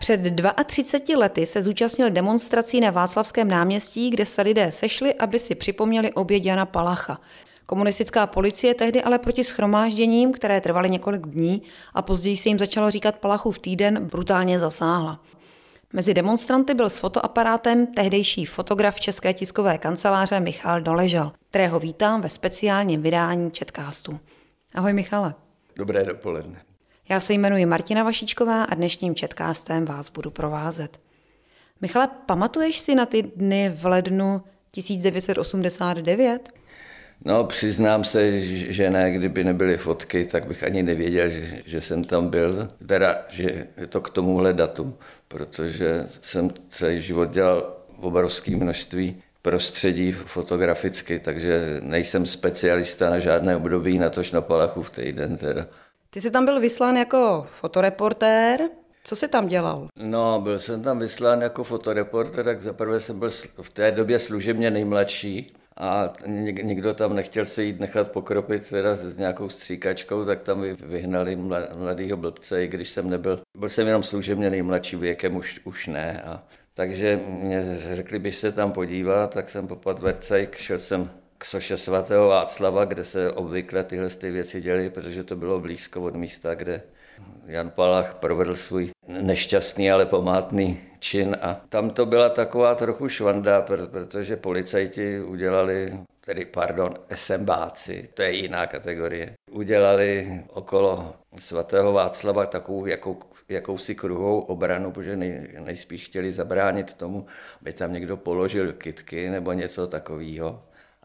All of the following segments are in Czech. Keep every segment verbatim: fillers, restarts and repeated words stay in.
Před třiceti dvěma lety se zúčastnil demonstrací na Václavském náměstí, kde se lidé sešli, aby si připomněli oběť Jana Palacha. Komunistická policie tehdy ale proti shromážděním, které trvaly několik dní a později se jim začalo říkat Palachův týden, brutálně zasáhla. Mezi demonstranty byl s fotoaparátem tehdejší fotograf České tiskové kanceláře Michal Doležal, kterého vítám ve speciálním vydání Chatcastu. Ahoj Michale. Dobré dopoledne. Já se jmenuji Martina Vašíčková a dnešním Chatcastem vás budu provázet. Michale, pamatuješ si na ty dny v lednu tisíc devět set osmdesát devět? No, přiznám se, že ne, kdyby nebyly fotky, tak bych ani nevěděl, že, že jsem tam byl, teda, že je to k tomuhle datu, protože jsem celý život dělal v obrovském množství prostředí fotograficky, takže nejsem specialista na žádné období, natož na Palachův týden teda. Ty jsi tam byl vyslán jako fotoreportér. Co jsi tam dělal? No, byl jsem tam vyslán jako fotoreportér, tak zaprvé jsem byl v té době služebně nejmladší a nikdo tam nechtěl se jít nechat pokropit teda s nějakou stříkačkou, tak tam vyhnali mladýho blbce, i když jsem nebyl, byl jsem jenom služebně nejmladší, věkem už, už ne. A takže mě řekli, bych se tam podívat, tak jsem popadl vercajk, šel jsem k soše svatého Václava, kde se obvykle tyhle ty věci děly, protože to bylo blízko od místa, kde Jan Palach provedl svůj nešťastný, ale památný čin. A tam to byla taková trochu švanda, protože policajti udělali, tedy pardon, SMBáci, to je jiná kategorie, udělali okolo svatého Václava takovou jakou, jakousi kruhovou obranu, protože nej, nejspíš chtěli zabránit tomu, aby tam někdo položil kytky nebo něco takového.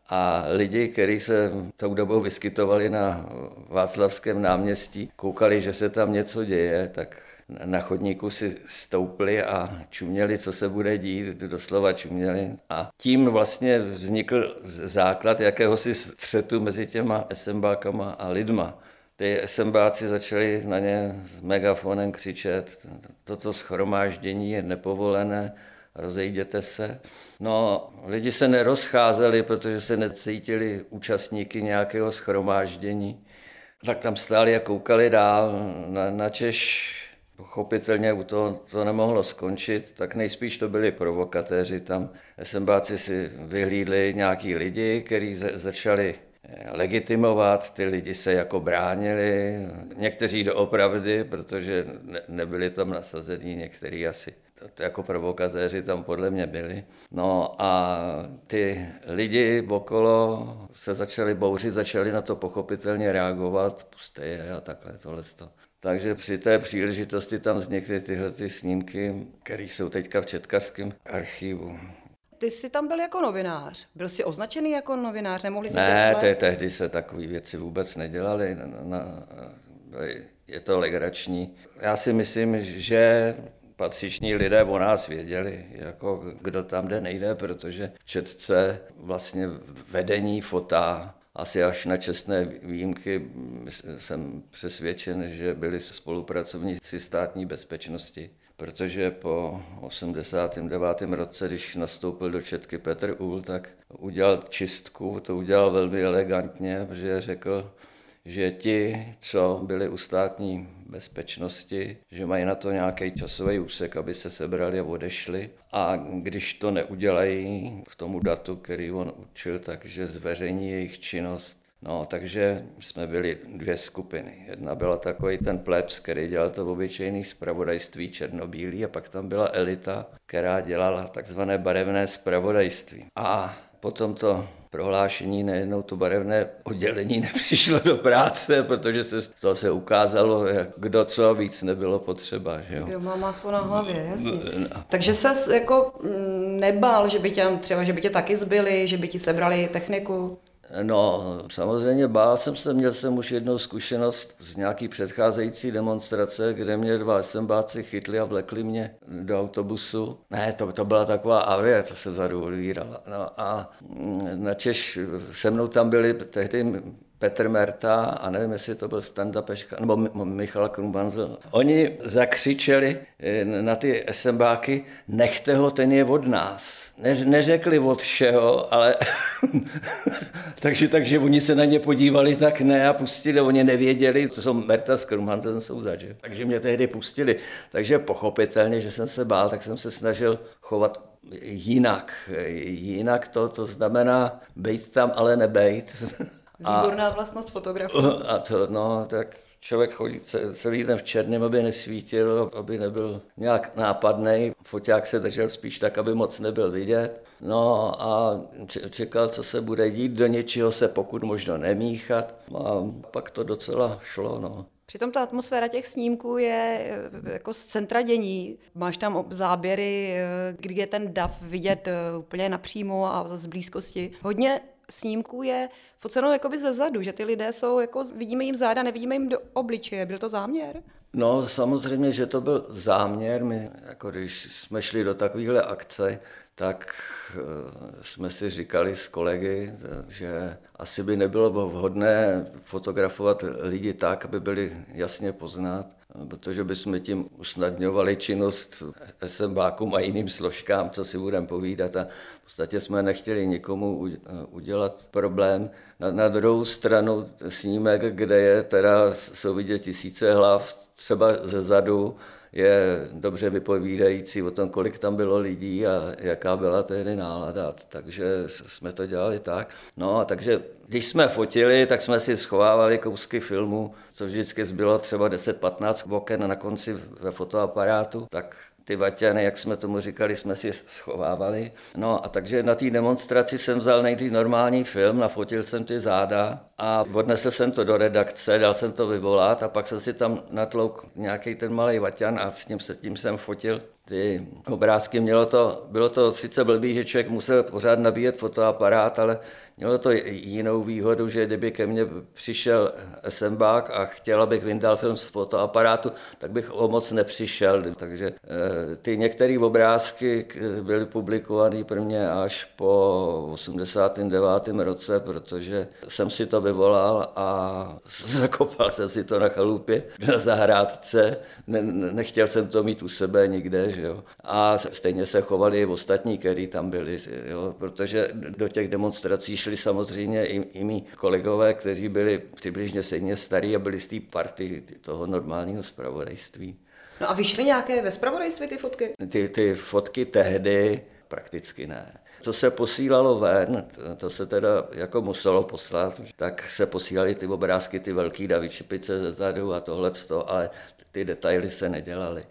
A lidi, kteří se tou dobou vyskytovali na Václavském náměstí, koukali, že se tam něco děje, tak na chodníku si stoupli a čuměli, co se bude dít, doslova čuměli. A tím vlastně vznikl základ jakéhosi střetu mezi těma SMBákama a lidma. Ty SMBáci začali na ně s megafonem křičet, toto shromáždění je nepovolené, rozejděte se. No, lidi se nerozcházeli, protože se necítili účastníky nějakého shromáždění. Tak tam stáli a koukali dál. Na, načež pochopitelně u toho to nemohlo skončit, tak nejspíš to byli provokatéři. Tam SMBáci si vyhlídli nějaký lidi, kteří začali legitimovat, ty lidi se jako bránili, někteří doopravdy, protože ne, nebyli tam nasazení, někteří asi to, to jako provokatéři tam podle mě byli. No a ty lidi okolo se začali bouřit, začali na to pochopitelně reagovat, puste je a takhle tohleto. Takže při té příležitosti tam vznikly tyhle ty snímky, které jsou teďka v Chatcaském archivu. Ty jsi tam byl jako novinář. Byl jsi označený jako novinář? Nemohli se ne, tě Ne, tehdy se takové věci vůbec nedělaly. Na, na, je to legrační. Já si myslím, že patřiční lidé o nás věděli, jako kdo tam jde, nejde, protože v Četce vlastně vedení fota, asi až na čestné výjimky jsem přesvědčen, že byli spolupracovníci státní bezpečnosti. Protože po osmdesátém devátém roce, když nastoupil do Četky Petr Uhl, tak udělal čistku, to udělal velmi elegantně, protože řekl, že ti, co byli u státní bezpečnosti, že mají na to nějaký časový úsek, aby se sebrali a odešli. A když to neudělají v tomu datu, který on učil, takže zveřejní jejich činnost. No, takže jsme byli dvě skupiny. Jedna byla takový ten plebs, který dělal to obyčejné zpravodajství černobílý, a pak tam byla elita, která dělala takzvané barevné zpravodajství. A potom to prohlášení nejednou to barevné oddělení nepřišlo do práce, protože se to se ukázalo, jak kdo co víc nebylo potřeba. Že jo? Kdo má máslo na hlavě, jasně. No. Takže ses jako nebál, že by tě třeba, že by tě taky zbyli, že by ti sebrali techniku? No, samozřejmě bál jsem se, měl jsem už jednou zkušenost z nějaký předcházející demonstrace, kde mě dva SMBáci chytli a vlekli mě do autobusu. Ne, to, to byla taková avie, to se vzadu odvírala. No a načež se mnou tam byli tehdy Petr Merta a nevím, jestli to byl Standa Peška nebo Michal Krumbanzel. Oni zakřičeli na ty SMBáky, nechte ho, ten je od nás. Ne, neřekli od všeho, ale takže, takže oni se na ně podívali tak ne a pustili, oni nevěděli, co jsou Merta s Krumbanzelem jsou zač. Takže mě tehdy pustili. Takže pochopitelně, že jsem se bál, tak jsem se snažil chovat jinak. Jinak to, to znamená bejt tam, ale nebejt. Výborná vlastnost fotografu. A to, no, tak člověk chodí celý den v černém, aby nesvítil, aby nebyl nějak nápadnej. Foťák se držel spíš tak, aby moc nebyl vidět. No a čekal, co se bude dít, do něčeho se pokud možno nemíchat. A pak to docela šlo, no. Přitom ta atmosféra těch snímků je jako z centra dění. Máš tam záběry, kdy je ten dav vidět úplně napřímo a z blízkosti. Hodně snímků je foceno jakoby ze zadu, že ty lidé jsou, jako vidíme jim záda, nevidíme jim do obličeje. Byl to záměr? No samozřejmě, že to byl záměr. My, jako když jsme šli do takovéhle akce, tak jsme si říkali s kolegy, že asi by nebylo vhodné fotografovat lidi tak, aby byli jasně poznat, protože bychom tím usnadňovali činnost SMBákům a jiným složkám, co si budeme povídat, a v podstatě jsme nechtěli nikomu udělat problém. Na, na druhou stranu snímek, kde je teda jsou vidět tisíce hlav, třeba ze zadu, je dobře vypovídající o tom, kolik tam bylo lidí a jaká byla tehdy nálada. Takže jsme to dělali tak. No a takže když jsme fotili, tak jsme si schovávali kousky filmu, co vždycky zbylo třeba deset patnáct oken na konci ve fotoaparátu, tak ty vaťany, jak jsme tomu říkali, jsme si schovávali. No a takže na té demonstraci jsem vzal nejdřív normální film, nafotil jsem ty záda a odnesl jsem to do redakce, dal jsem to vyvolat a pak jsem si tam natlouk nějaký ten malý vaťan a s tím, se, tím jsem fotil ty obrázky. Mělo to, bylo to sice blbý, že člověk musel pořád nabíjet fotoaparát, ale mělo to jinou výhodu, že kdyby ke mně přišel SMBák a chtěl, abych vyndal film z fotoaparátu, tak bych o moc nepřišel. Takže ty některé obrázky byly publikované pro mě až po osmdesátém devátém roce, protože jsem si to vyvolal a zakopal jsem si to na chalupě, na zahrádce. Ne, nechtěl jsem to mít u sebe nikde, že jo. A stejně se chovali i ostatní, kteří tam byli, jo, protože do těch demonstrací šli samozřejmě i, i mý kolegové, kteří byli přibližně stejně starí a byli z té party toho normálního zpravodajství. No a vyšly nějaké ve zpravodajství ty fotky? Ty, ty fotky tehdy prakticky ne. Co se posílalo ven, to se teda jako muselo poslat, tak se posílaly ty obrázky, ty velký davy čepice ze zadu a tohleto, ale ty detaily se nedělaly.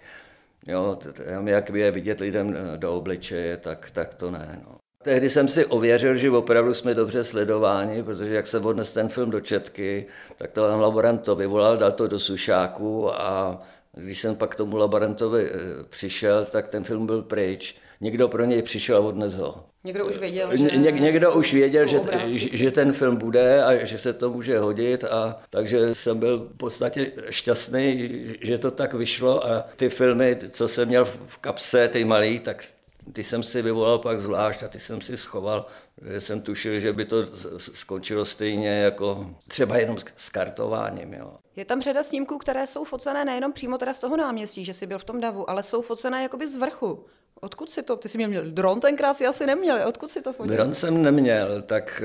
Jo, jak je vidět lidem do obličeje, tak, tak to ne. No. Tehdy jsem si ověřil, že opravdu jsme dobře sledováni, protože jak se odnes ten film do Četky, tak to tam laborant to vyvolal, dal to do sušáku a když jsem pak k tomu laborantovi přišel, tak ten film byl pryč. Někdo pro něj přišel a odnes ho. Někdo už věděl, že, Ně, někdo jsou, už věděl že, že, že ten film bude a že se to může hodit, a takže jsem byl v podstatě šťastný, že to tak vyšlo a ty filmy, co jsem měl v kapse, ty malý, tak ty jsem si vyvolal pak zvlášť a ty jsem si schoval, že jsem tušil, že by to skončilo stejně jako třeba jenom s kartováním. Jo. Je tam řada snímků, které jsou focené nejenom přímo teda z toho náměstí, že jsi byl v tom davu, ale jsou focené jakoby z vrchu. Odkud si to? Ty jsi měl dron, tenkrát si asi neměl. Odkud si to fotil? Dron jsem neměl, tak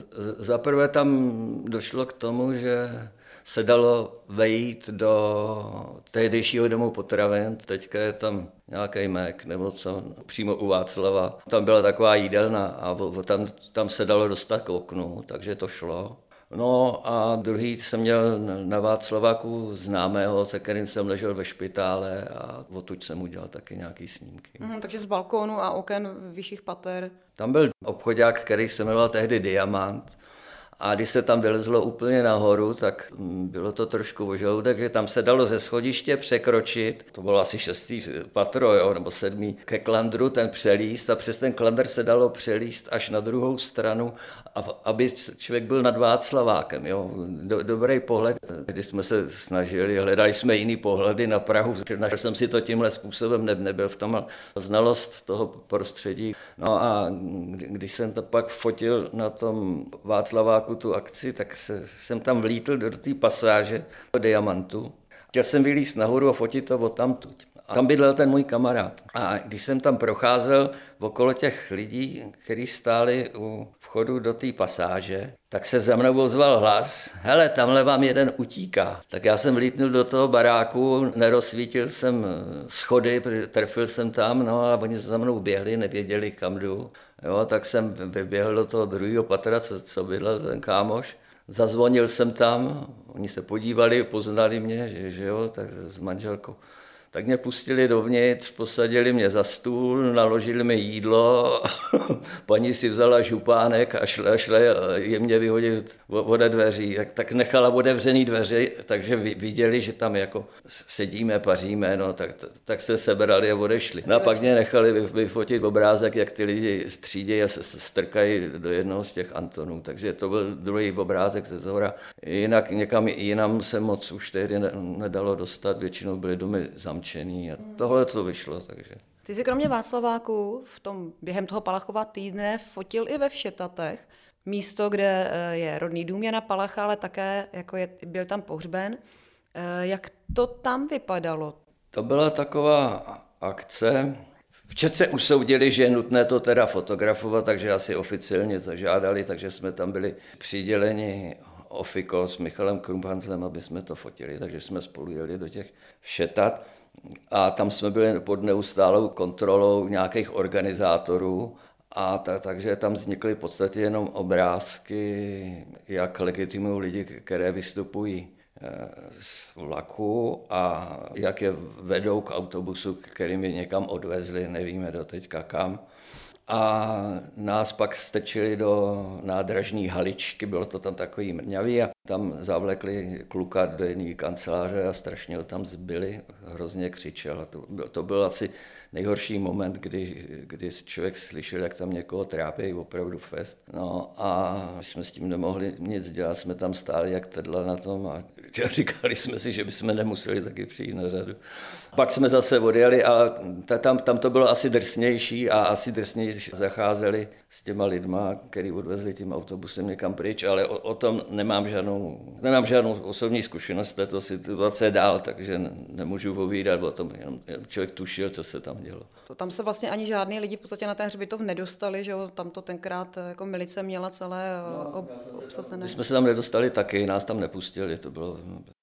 zaprvé tam došlo k tomu, že se dalo vejít do tehdejšího domu potravin, teďka je tam nějaký Mek nebo co, přímo u Václava. Tam byla taková jídelna a tam, tam se dalo dostat k oknu, takže to šlo. No a druhý jsem měl na Václaváku známého, se kterým jsem ležel ve špitále a odtud jsem udělal taky nějaký snímky. Mm, takže z balkónu a oken vyšších pater. Tam byl obchodák, který se jmenoval tehdy Diamant. A když se tam vylezlo úplně nahoru, tak bylo to trošku o žaludek, že tam se dalo ze schodiště překročit, to bylo asi šestý patro, jo, nebo sedmý, ke klandru ten přelíst a přes ten klandr se dalo přelíst až na druhou stranu, aby člověk byl nad Václavákem. Jo. Do, dobrý pohled, když jsme se snažili, hledali jsme jiný pohledy na Prahu, našel jsem si to tímhle způsobem, ne, nebyl v tom znalost toho prostředí. No a když jsem to pak fotil na tom Václaváku, válku, tu akci, tak se, jsem tam vlítl do té pasáže Diamantu. Chtěl jsem vylízt nahoru a fotit to odtamtud. A tam bydlel ten můj kamarád. A když jsem tam procházel okolo těch lidí, kteří stáli u vchodu do té pasáže, tak se za mnou ozval hlas: hele, tamhle vám jeden utíká. Tak já jsem vlítnul do toho baráku, nerozsvítil jsem schody, trefil jsem tam, no a oni za mnou běhli, nevěděli, kam jdu. Jo, tak jsem vyběhl do toho druhého patra, co, co bydlel ten kámoš. Zazvonil jsem tam, oni se podívali, poznali mě, že, že jo, tak s manželkou. Tak mě pustili dovnitř, posadili mě za stůl, naložili mi jídlo, paní si vzala župánek a šla, šla jemně vyhodit ode dveří. Tak, tak nechala otevřený dveře, takže viděli, že tam jako sedíme, paříme, no, tak, tak se sebrali a odešli. No a pak mě nechali vyfotit obrázek, jak ty lidi střídějí a se strkají do jednoho z těch Antonů. Takže to byl druhý obrázek ze zhora. Jinak někam jinam se moc už tehdy nedalo dostat, většinou byly domy zamčené. A tohle to vyšlo, takže. Ty jsi kromě Václaváku v tom během toho Palachova týdne fotil i ve Všetatech, místo, kde je rodný dům Jana Palacha, ale také jako je, byl tam pohřben. Jak to tam vypadalo? To byla taková akce. V Četce usoudili, že je nutné to teda fotografovat, takže asi oficiálně zažádali, takže jsme tam byli přiděleni Ofiko s Michalem Krumphanzlem, aby jsme to fotili, takže jsme spolu jeli do těch Všetat. A tam jsme byli pod neustálou kontrolou nějakých organizátorů a ta, takže tam vznikly v podstatě jenom obrázky, jak legitimují lidi, které vystupují z vlaku a jak je vedou k autobusu, kterým je někam odvezli, nevíme doteďka kam. A nás pak strčili do nádražní haličky, bylo to tam takový mrňavý a tam zavlekli kluka do jedné kanceláře a strašně ho tam zbyli, hrozně křičel. A to, to byl asi nejhorší moment, kdy, kdy člověk slyšel, jak tam někoho trápí, opravdu fest. No a my jsme s tím nemohli nic dělat, jsme tam stáli jak tedla na tom a říkali jsme si, že bychom nemuseli taky přijít na řadu. Pak jsme zase odjeli, ale tam, tam to bylo asi drsnější a asi drsnější zacházeli s těma lidma, který odvezli tím autobusem někam pryč, ale o, o tom nemám žádnou, nemám žádnou osobní zkušenost této situace dál, takže ne, nemůžu povídat o tom, jenom člověk tušil, co se tam dělo. To tam se vlastně ani žádný lidi v podstatě na ten hřbitov nedostali, že jo, tam to tenkrát jako milice měla celé no, ob, obsazené. My jsme se tam nedostali taky, nás tam nepustili, to bylo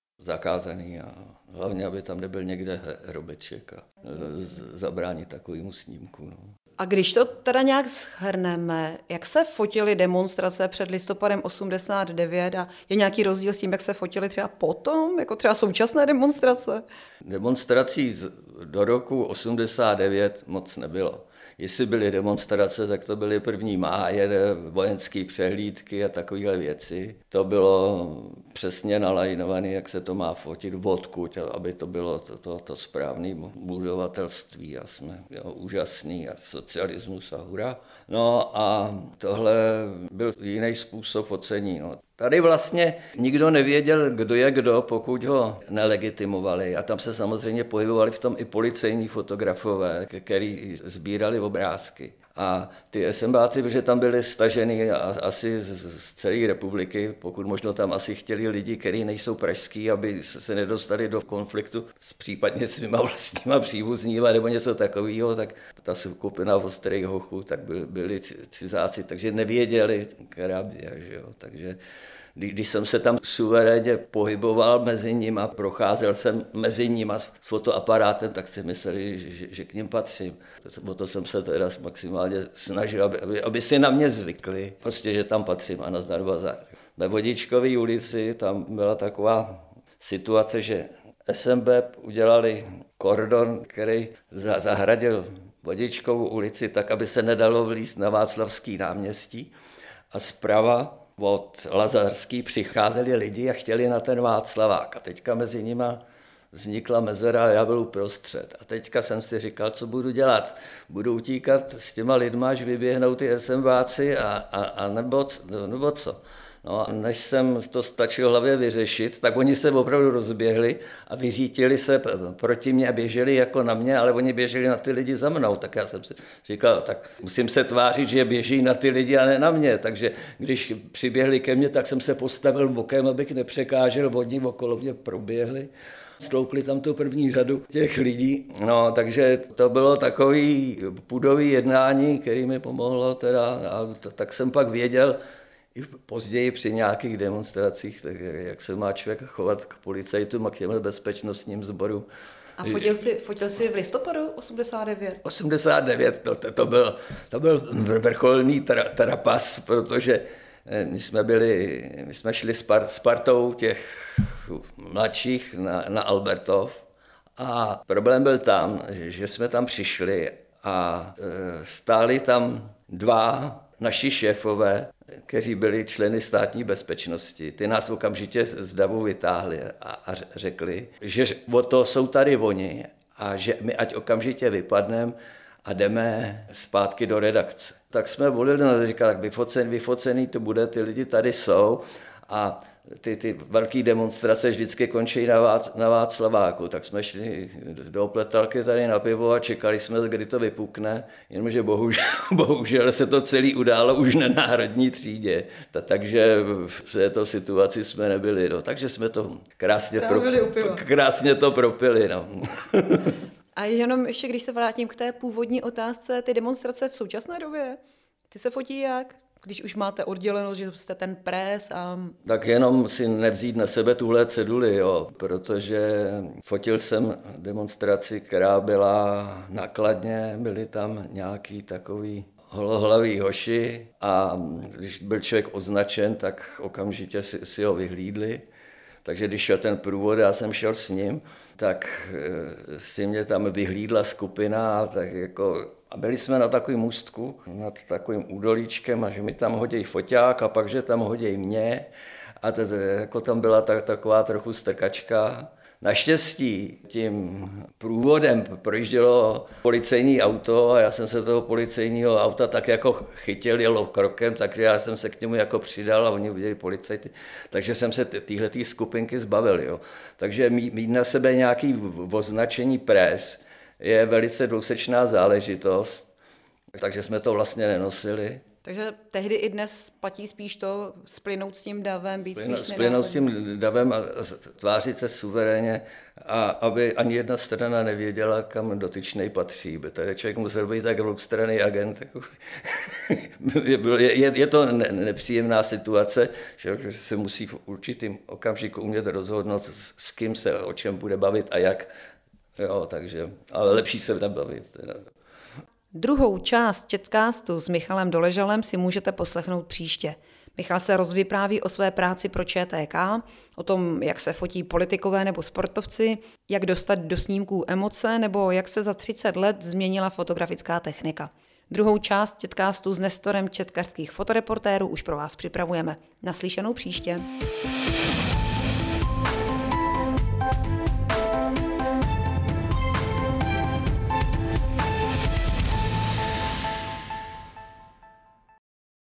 zakázaný a hlavně, aby tam nebyl někde hrobeček a zabránit takovému snímku. No. A když to teda nějak shrneme, jak se fotily demonstrace před listopadem osmdesát devět a je nějaký rozdíl s tím, jak se fotily třeba potom, jako třeba současné demonstrace? Demonstrací do roku osmdesát devět moc nebylo. Jestli byly demonstrace, tak to byly první máje, vojenské přehlídky a takovéhle věci. To bylo přesně nalajnované, jak se to má fotit, odkud, aby to bylo to, to, to správné budovatelství a jsme jo, úžasný a socialismus a hura. No a tohle byl jiný způsob focení. No. Tady vlastně nikdo nevěděl, kdo je kdo, pokud ho nelegitimovali. A tam se samozřejmě pohybovali v tom i policejní fotografové, který sbírali obrázky. A ty SMBáci, protože tam byli stažený asi z celé republiky, pokud možno tam asi chtěli lidi, kteří nejsou pražský, aby se nedostali do konfliktu s případně svýma vlastníma příbuzníma nebo něco takového, tak ta skupina ostrých hochů, tak byli, byli cizáci, takže nevěděli, která je, že jo, takže když jsem se tam suverénně pohyboval mezi nimi a procházel jsem mezi nimi s fotoaparátem, tak si mysleli, že, že k nim patřím. O to jsem se teda maximálně snažil, aby, aby, aby si na mě zvykli, prostě, že tam patřím a nazdar bazar. Ve Vodičkové ulici tam byla taková situace, že S M B udělali kordon, který zahradil Vodičkovou ulici tak, aby se nedalo vlízt na Václavský náměstí a zprava od Lazarský přicházeli lidi a chtěli na ten Václavák. A teďka mezi nima vznikla mezera a já byl uprostřed. A teďka jsem si říkal, co budu dělat. Budu utíkat s těma lidma, až vyběhnou ty SMBáci a, a, a nebo, nebo co. No a než jsem to stačil hlavě vyřešit, tak oni se opravdu rozběhli a vyřítili se proti mě a běželi jako na mě, ale oni běželi na ty lidi za mnou. Tak já jsem si říkal, tak musím se tvářit, že běží na ty lidi a ne na mě. Takže když přiběhli ke mně, tak jsem se postavil bokem, abych nepřekážel, oni okolo mě proběhli. Stloukli tam tu první řadu těch lidí, no, takže to bylo takový pudový jednání, který mi pomohlo teda, a t- tak jsem pak věděl i později při nějakých demonstracích, tak jak se má člověk chovat k policajtům a k těm bezpečnostním sborům. A fotil jsi, fotil jsi v listopadu osmdesát devět? osmdesát devět, to, to, to, byl, to byl vrcholný tra, trapas, protože my jsme byli, my jsme šli s, par, s partou těch mladších na, na Albertov a problém byl tam, že, že jsme tam přišli a e, stáli tam dva naši šéfové, kteří byli členy státní bezpečnosti. Ty nás okamžitě z davu vytáhli a, a řekli, že o to jsou tady oni a že my ať okamžitě vypadneme a jdeme zpátky do redakce. Tak jsme volili, no, říkal, tak vyfocený, vyfocený to bude, ty lidi tady jsou a ty, ty velké demonstrace vždycky končí na, Vác, na Václaváku, tak jsme šli do opletalky tady na pivo a čekali jsme, kdy to vypukne, jenomže bohužel, bohužel se to celé událo už na Národní třídě, Ta, takže v této situaci jsme nebyli, no, takže jsme to krásně, pro, krásně to propili. No. A jenom ještě, když se vrátím k té původní otázce, ty demonstrace v současné době, ty se fotí jak? Když už máte oddělenost, že jste ten pres a... Tak jenom si nevzít na sebe tuhle ceduli, jo, protože fotil jsem demonstraci, která byla nakladně, byli tam nějaký takový holohlaví hoši a když byl člověk označen, tak okamžitě si, si ho vyhlídli. Takže když šel ten průvod, já jsem šel s ním, tak si mě tam vyhlídla skupina, tak jako, a byli jsme na takovém můstku, nad takovým údolíčkem, a že mi tam hodí foťák a pak, že tam hodí mě. A to, jako tam byla tak, taková trochu strkačka. Naštěstí tím průvodem projíždělo policejní auto a já jsem se toho policejního auta tak jako chytil, jelo krokem, takže já jsem se k němu jako přidal a oni viděli policajty, takže jsem se téhletý skupinky zbavil. Jo. Takže mít na sebe nějaký označení pres je velice dvousečná záležitost, takže jsme to vlastně nenosili. Takže tehdy i dnes platí spíš to splynout s tím davem, být Splynout, spíš splynout s tím davem a tvářit se suverénně, a aby ani jedna strana nevěděla, kam dotyčnej patří. Protože člověk musel být tak oboustranný agent. je, je, je to ne, nepříjemná situace, že se musí v určitým okamžiku umět rozhodnout, s, s kým se o čem bude bavit a jak. Jo, takže, ale lepší se nebavit. Teda. Druhou část Chatcastu s Michalem Doležalem si můžete poslechnout příště. Michal se rozvypráví o své práci pro Č T K, o tom, jak se fotí politikové nebo sportovci, jak dostat do snímků emoce nebo jak se za třicet let změnila fotografická technika. Druhou část Chatcastu s Nestorem českých fotoreportérů už pro vás připravujeme. Naslyšenou příště.